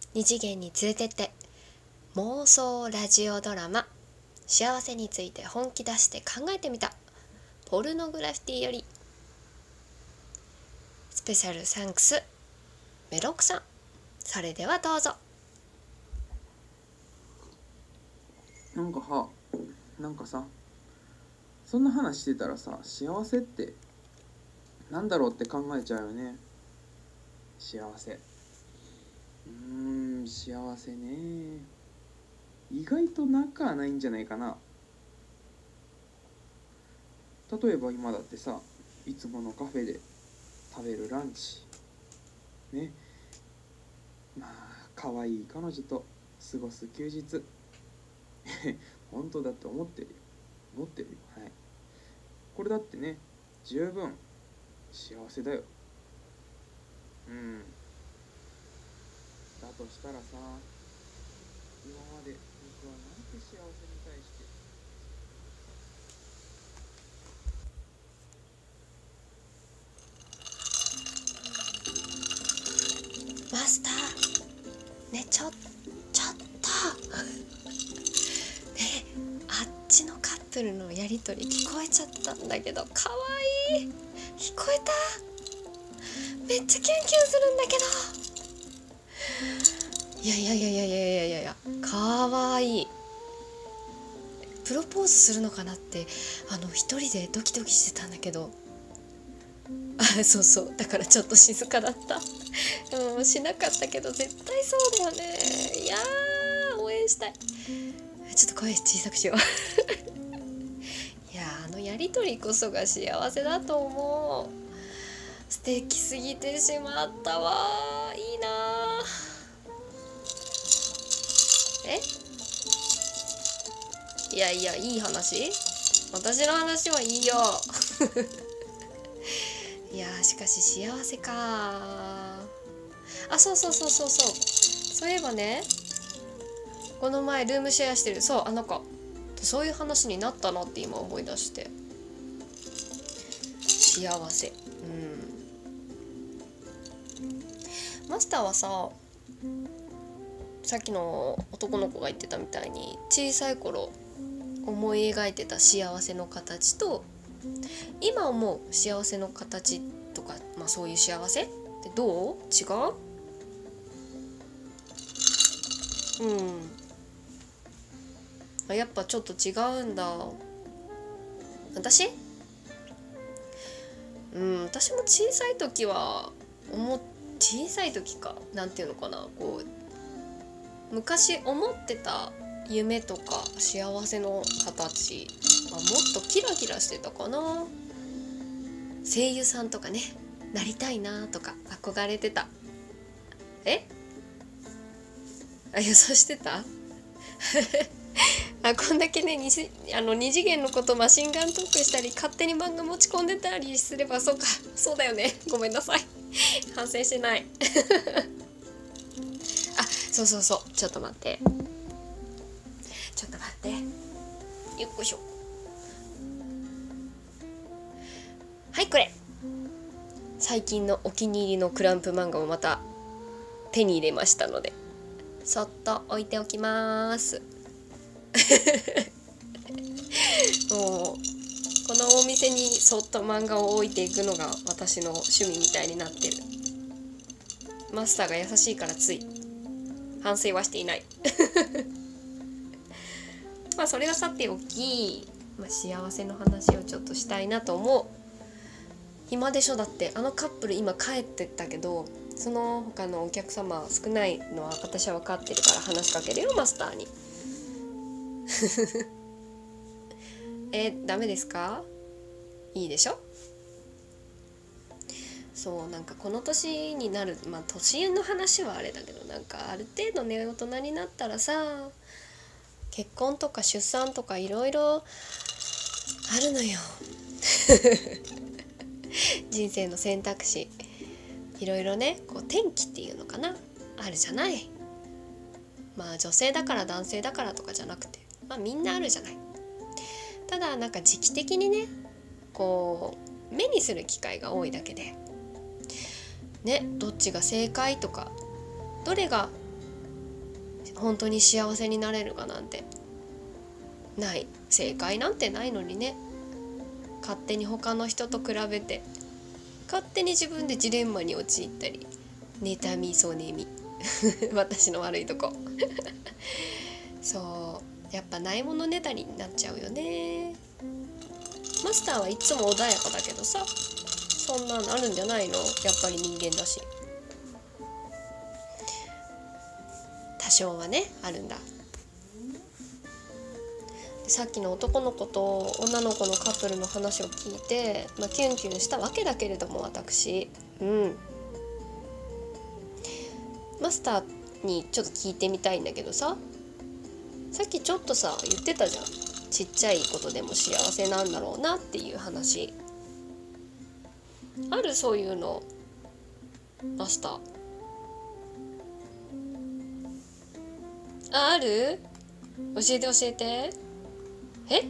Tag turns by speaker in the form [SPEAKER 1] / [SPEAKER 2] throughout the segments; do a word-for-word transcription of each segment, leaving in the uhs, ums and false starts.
[SPEAKER 1] 二次元に連れてって妄想ラジオドラマ幸せについて本気出して考えてみたポルノグラフィティよりスペシャルサンクスメロクさん。それではどうぞ。
[SPEAKER 2] なんかはなんかさそんな話してたらさ、幸せってなんだろうって考えちゃうよね。幸せうーん幸せね、意外となくはないんじゃないかな。例えば今だってさ、いつものカフェで食べるランチね、まあ可愛い彼女と過ごす休日本当だって思ってるよ思ってるよはい、これだってね十分幸せだよ。うんだとしたらさ、今まで僕はなんて幸せに対して
[SPEAKER 1] マスターね、ちょちょっとね、あっちのカップルのやりとり聞こえちゃったんだけど、かわいい。聞こえた。めっちゃキュンキュンするんだけど、いやいやいやいやいやいやいやいや、かわいい。プロポーズするのかなってあの一人でドキドキしてたんだけど、あ、そうそう、だからちょっと静かだった。うん、しなかったけど絶対そうだよね。いやー、応援したい。ちょっと声小さくしよういやー、あのやりとりこそが幸せだと思う。素敵すぎてしまったわ。いいなえいやいや、いい話、私の話はいいよいやー、しかし幸せか。あ、そうそうそうそうそう、そういえばね、この前ルームシェアしてる、そう、あの子、そういう話になったなって今思い出して。幸せ、うん、マスターはさ、さっきの男の子が言ってたみたいに小さい頃思い描いてた幸せの形と今思う幸せの形とか、まあ、そういう幸せってどう違う？うんあ、やっぱちょっと違うんだ。私うん私も小さい時は思小さい時かなんていうのかな、こう昔思ってた夢とか幸せの形はもっとキラキラしてたかな。声優さんとかね、なりたいなとか憧れてた。えあ、予想してたあ、こんだけね、二次、あの二次元のことマシンガントークしたり勝手に漫画持ち込んでたりすれば、そうか、そうだよね、ごめんなさい反省してないあ、そうそうそう、ちょっと待ってちょっと待ってよっこいしょ。はい、これ最近のお気に入りのクランプ漫画をまた手に入れましたので、そっと置いておきますもうこのお店にそっと漫画を置いていくのが私の趣味みたいになってる。マスターが優しいからつい反省はしていないまあそれはさておき、まあ、幸せの話をちょっとしたいなと思う。暇でしょ。だってあのカップル今帰ってったけど、その他のお客様少ないのは私は分かってるから話しかけるよ、マスターにえ、ダメですか？いいでしょ。そう、なんかこの年になる、まあ年の話はあれだけど、なんかある程度ね、大人になったらさ、結婚とか出産とかいろいろあるのよ人生の選択肢いろいろね、こう転機っていうのかな、あるじゃない。まあ女性だから男性だからとかじゃなくて、まあみんなあるじゃない。ただなんか時期的にね、こう目にする機会が多いだけでね、どっちが正解とかどれが本当に幸せになれるかなんてない。正解なんてないのにね。勝手に他の人と比べて勝手に自分でジレンマに陥ったり、妬みそねみ私の悪いとこそうやっぱないものねだりになっちゃうよね。マスターはいつも穏やかだけどさ、そんなのあるんじゃないの？やっぱり人間だし多少はねあるんだ。さっきの男の子と女の子のカップルの話を聞いて、まあ、キュンキュンしたわけだけれども、私うんマスターにちょっと聞いてみたいんだけどさ、さっきちょっとさ言ってたじゃん、ちっちゃいことでも幸せなんだろうなっていう話ある？そういうのマスターあある？教えて教えて。え？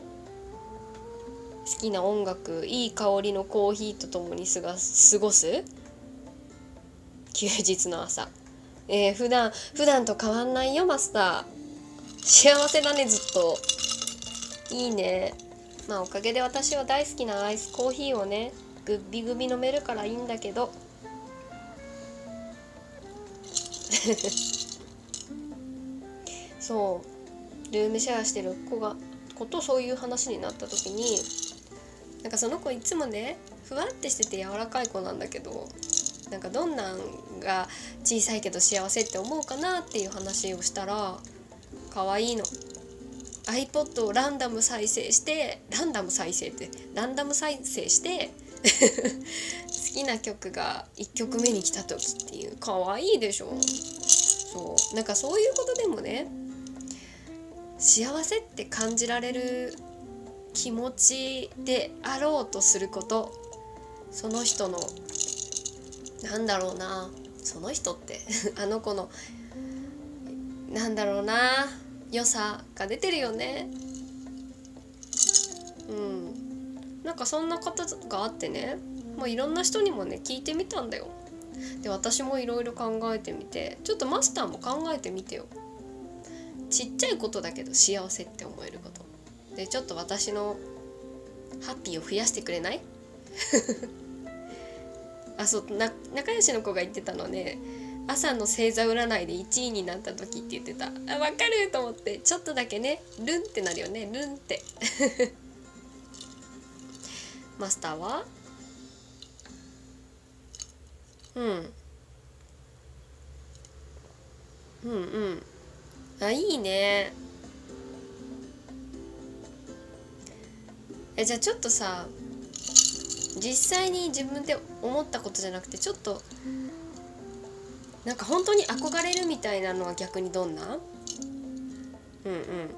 [SPEAKER 1] 好きな音楽、いい香りのコーヒーとともにすが過ごす休日の朝。えー、普段普段と変わんないよマスター。幸せだねずっと。いいね。まあおかげで私は大好きなアイスコーヒーをねグッビグビ飲めるからいいんだけどそうルームシェアしてる子が子とそういう話になった時に、なんかその子いつもねふわってしてて柔らかい子なんだけど、なんかどんなんが小さいけど幸せって思うかなっていう話をしたら、可愛いの。 iPod をランダム再生してランダム再生ってランダム再生して好きな曲がいっきょくめに来た時っていう、可愛いでしょ。そうなんかそういうことでもね、幸せって感じられる気持ちであろうとすること、その人のなんだろうな、その人ってあの子のなんだろうな良さが出てるよね。うんなんかそんなことがあってね、もういろんな人にもね聞いてみたんだよ。で私もいろいろ考えてみて、ちょっとマスターも考えてみてよ。ちっちゃいことだけど幸せって思えることで、ちょっと私のハッピーを増やしてくれない？あ、そうな仲良しの子が言ってたのね、朝の星座占いでいちいになった時って言ってた。あ、分かると思って、ちょっとだけねルンってなるよね、ルンってマスターはうんうんうんあ、いいね。えじゃあちょっとさ、実際に自分で思ったことじゃなくて、ちょっとなんか本当に憧れるみたいなのは逆にどんな？うん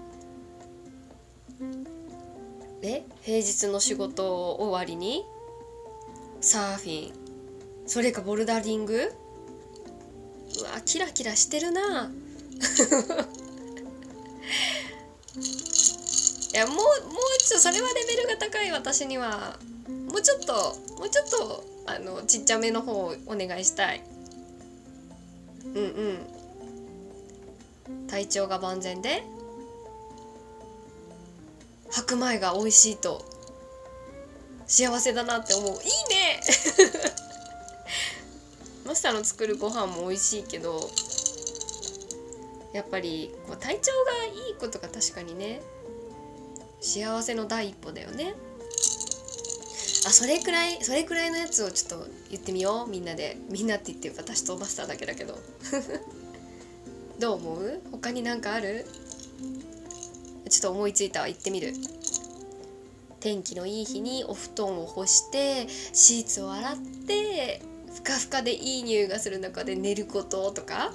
[SPEAKER 1] うんえ平日の仕事終わりにサーフィン、それかボルダリング。うわキラキラしてるな。いやもうもうちょっとそれはレベルが高い。私にはもうちょっともうちょっとあのちっちゃめの方をお願いしたい。うんうん体調が万全で白米が美味しいと幸せだなって思う。いいねマスターの作るご飯も美味しいけど、やっぱりこう体調がいいことが確かにね幸せの第一歩だよね。あ、それくらいそれくらいのやつをちょっと言ってみよう、みんなで。みんなって言って私とマスターだけだけどどう思う？他になんかある？ちょっと思いついたわ、言ってみる。天気のいい日にお布団を干してシーツを洗ってふかふかでいい匂いがする中で寝ることとか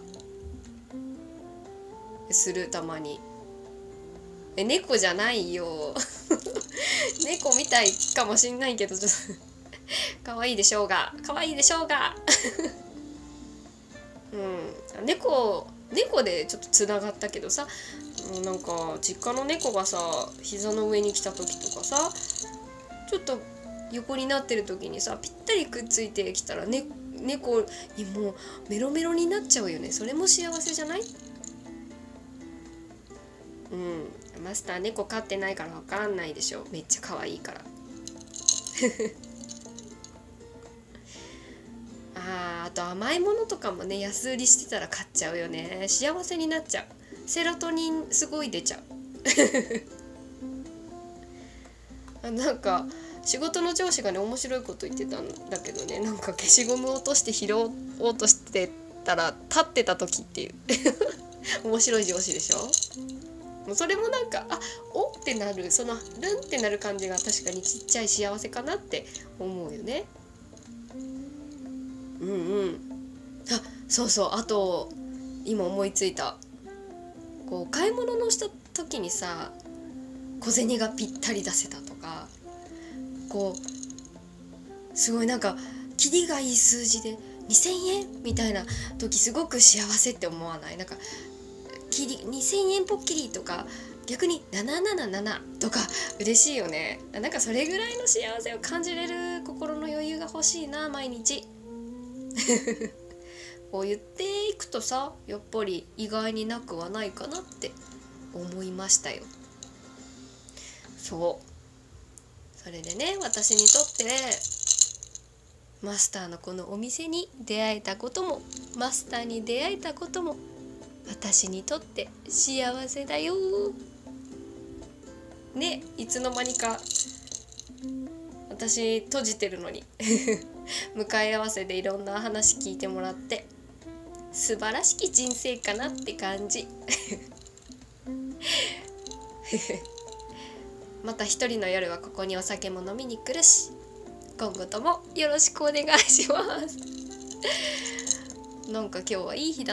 [SPEAKER 1] する。たまに。え猫じゃないよ猫みたいかもしんないけど、ちょっと可愛いでしょうが可愛いでしょうがうん猫猫でちょっとつながったけどさ、なんか実家の猫がさ膝の上に来た時とかさ、ちょっと横になってる時にさぴったりくっついてきたら、ね、猫にもうメロメロになっちゃうよね。それも幸せじゃない？ うんマスター猫飼ってないからわかんないでしょ。めっちゃ可愛いからあーあと甘いものとかもね安売りしてたら買っちゃうよね。幸せになっちゃう。セロトニンすごい出ちゃうなんか仕事の上司がね面白いこと言ってたんだけどね、なんか消しゴム落として拾おうとしてたら立ってた時っていう面白い上司でしょ。もうそれもなんかあおってなる、そのルンってなる感じが確かにちっちゃい幸せかなって思うよね。うんうんあそうそう、あと今思いついた、こう買い物のした時にさ小銭がぴったり出せたとか、こうすごいなんかキリがいい数字でにせんえんみたいな時すごく幸せって思わない？なんかキリにせんえんポッキリとか逆にななななななとか嬉しいよね。なんかそれぐらいの幸せを感じれる心の余裕が欲しいな毎日こう言っていくとさやっぱり意外になくはないかなって思いましたよ。そうそれでね、私にとってマスターのこのお店に出会えたこともマスターに出会えたことも私にとって幸せだよね。いつの間にか私閉じてるのに向かい合わせでいろんな話聞いてもらって素晴らしき人生かなって感じまた一人の夜はここにお酒も飲みに来るし、今後ともよろしくお願いしますなんか今日はいい日だ